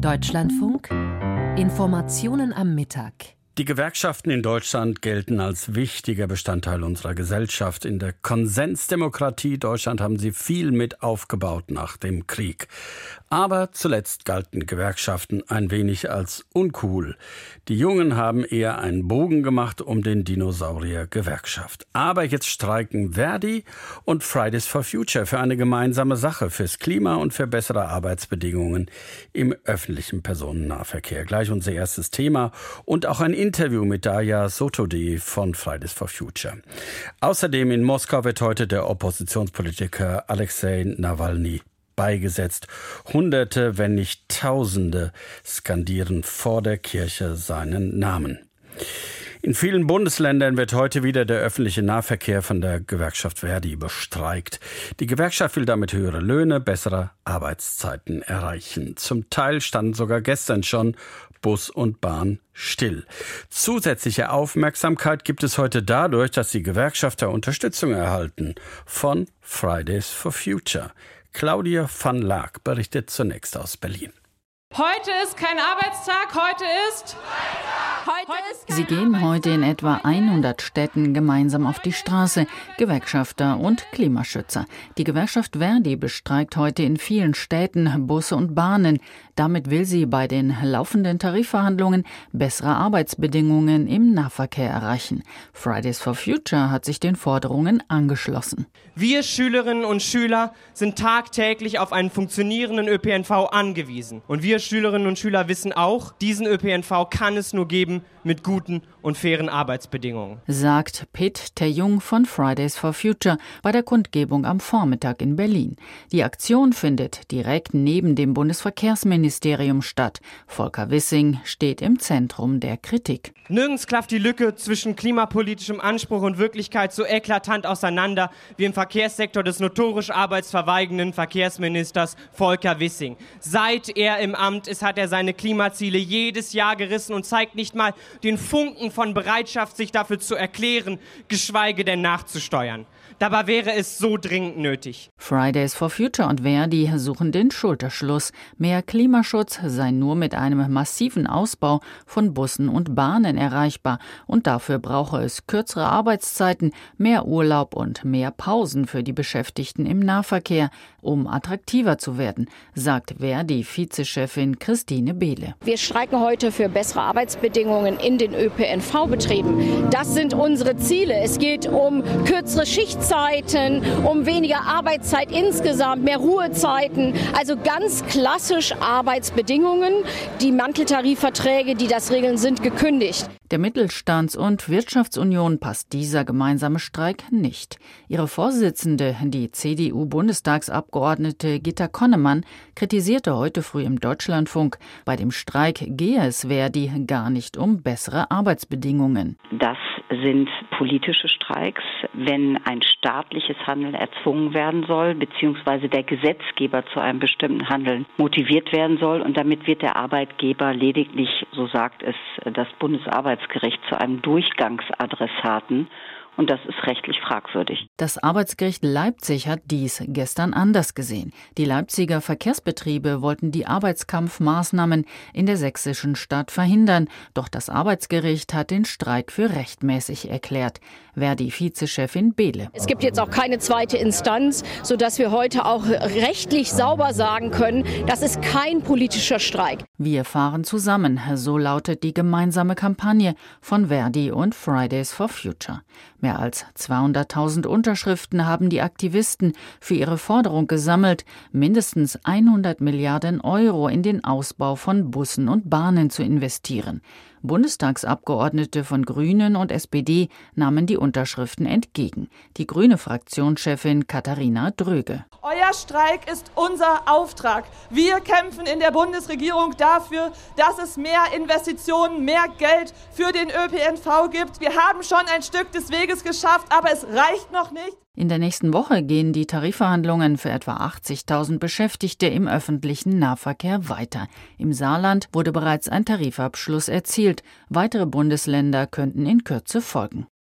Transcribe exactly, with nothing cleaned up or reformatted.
Deutschlandfunk Informationen am Mittag. Die Gewerkschaften in Deutschland gelten als wichtiger Bestandteil unserer Gesellschaft. In der Konsensdemokratie Deutschland haben sie viel mit aufgebaut nach dem Krieg. Aber zuletzt galten Gewerkschaften ein wenig als uncool. Die Jungen haben eher einen Bogen gemacht um den Dinosaurier Gewerkschaft. Aber jetzt streiken Verdi und Fridays for Future für eine gemeinsame Sache, fürs Klima und für bessere Arbeitsbedingungen im öffentlichen Personennahverkehr. Gleich unser erstes Thema und auch ein Interview mit Darya Sotodeh von Fridays for Future. Außerdem in Moskau wird heute der Oppositionspolitiker Alexei Nawalny beigesetzt. Hunderte, wenn nicht Tausende skandieren vor der Kirche seinen Namen. In vielen Bundesländern wird heute wieder der öffentliche Nahverkehr von der Gewerkschaft Verdi bestreikt. Die Gewerkschaft will damit höhere Löhne, bessere Arbeitszeiten erreichen. Zum Teil standen sogar gestern schon Bus und Bahn still. Zusätzliche Aufmerksamkeit gibt es heute dadurch, dass die Gewerkschafter Unterstützung erhalten von Fridays for Future. Claudia van Laak berichtet zunächst aus Berlin. Heute ist kein Arbeitstag, heute ist... Heute ist Sie gehen heute in etwa hundert Städten gemeinsam auf die Straße, Gewerkschafter und Klimaschützer. Die Gewerkschaft Verdi bestreikt heute in vielen Städten Busse und Bahnen. Damit will sie bei den laufenden Tarifverhandlungen bessere Arbeitsbedingungen im Nahverkehr erreichen. Fridays for Future hat sich den Forderungen angeschlossen. Wir Schülerinnen und Schüler sind tagtäglich auf einen funktionierenden Ö P N V angewiesen. Und wir Schülerinnen und Schüler wissen auch, diesen Ö P N V kann es nur geben mit guten und fairen Arbeitsbedingungen. Sagt Pitt Terjung von Fridays for Future bei der Kundgebung am Vormittag in Berlin. Die Aktion findet direkt neben dem Bundesverkehrsministerium statt. Volker Wissing steht im Zentrum der Kritik. Nirgends klafft die Lücke zwischen klimapolitischem Anspruch und Wirklichkeit so eklatant auseinander wie im Verkehrssektor des notorisch arbeitsverweigernden Verkehrsministers Volker Wissing. Seit er im Amt ist, hat er seine Klimaziele jedes Jahr gerissen und zeigt nicht mal den Funken von Bereitschaft, sich dafür zu erklären, geschweige denn nachzusteuern. Dabei wäre es so dringend nötig. Fridays for Future und Verdi suchen den Schulterschluss. Mehr Klimaschutz sei nur mit einem massiven Ausbau von Bussen und Bahnen erreichbar. Und dafür brauche es kürzere Arbeitszeiten, mehr Urlaub und mehr Pausen für die Beschäftigten im Nahverkehr, um attraktiver zu werden, sagt Verdi-Vizechefin Christine Behle. Wir streiken heute für bessere Arbeitsbedingungen in den Ö P N V-Betrieben. Das sind unsere Ziele. Es geht um kürzere Schichtzeiten, um weniger Arbeitszeit insgesamt, mehr Ruhezeiten. Also ganz klassisch Arbeitsbedingungen. Die Manteltarifverträge, die das regeln, sind gekündigt. Der Mittelstands- und Wirtschaftsunion passt dieser gemeinsame Streik nicht. Ihre Vorsitzende, die C D U-Bundestagsabgeordnete Gitta Connemann, kritisierte heute früh im Deutschlandfunk, bei dem Streik gehe es Verdi gar nicht um bessere Arbeitsbedingungen. Das sind politische Streiks, wenn ein staatliches Handeln erzwungen werden soll, beziehungsweise der Gesetzgeber zu einem bestimmten Handeln motiviert werden soll. Und damit wird der Arbeitgeber lediglich, so sagt es das Bundesarbeitsgericht, zu einem Durchgangsadressaten. Und das ist rechtlich fragwürdig. Das Arbeitsgericht Leipzig hat dies gestern anders gesehen. Die Leipziger Verkehrsbetriebe wollten die Arbeitskampfmaßnahmen in der sächsischen Stadt verhindern. Doch das Arbeitsgericht hat den Streik für rechtmäßig erklärt. Verdi-Vizechefin Behle. Es gibt jetzt auch keine zweite Instanz, sodass wir heute auch rechtlich sauber sagen können, das ist kein politischer Streik. Wir fahren zusammen, so lautet die gemeinsame Kampagne von Verdi und Fridays for Future. Mehr als zweihunderttausend Unterschriften haben die Aktivisten für ihre Forderung gesammelt, mindestens hundert Milliarden Euro in den Ausbau von Bussen und Bahnen zu investieren. Bundestagsabgeordnete von Grünen und S P D nahmen die Unterschriften entgegen. Die grüne Fraktionschefin Katharina Dröge. Euer Streik ist unser Auftrag. Wir kämpfen in der Bundesregierung dafür, dass es mehr Investitionen, mehr Geld für den Ö P N V gibt. Wir haben schon ein Stück des Weges geschafft, aber es reicht noch nicht. In der nächsten Woche gehen die Tarifverhandlungen für etwa achtzigtausend Beschäftigte im öffentlichen Nahverkehr weiter. Im Saarland wurde bereits ein Tarifabschluss erzielt. Weitere Bundesländer könnten in Kürze folgen.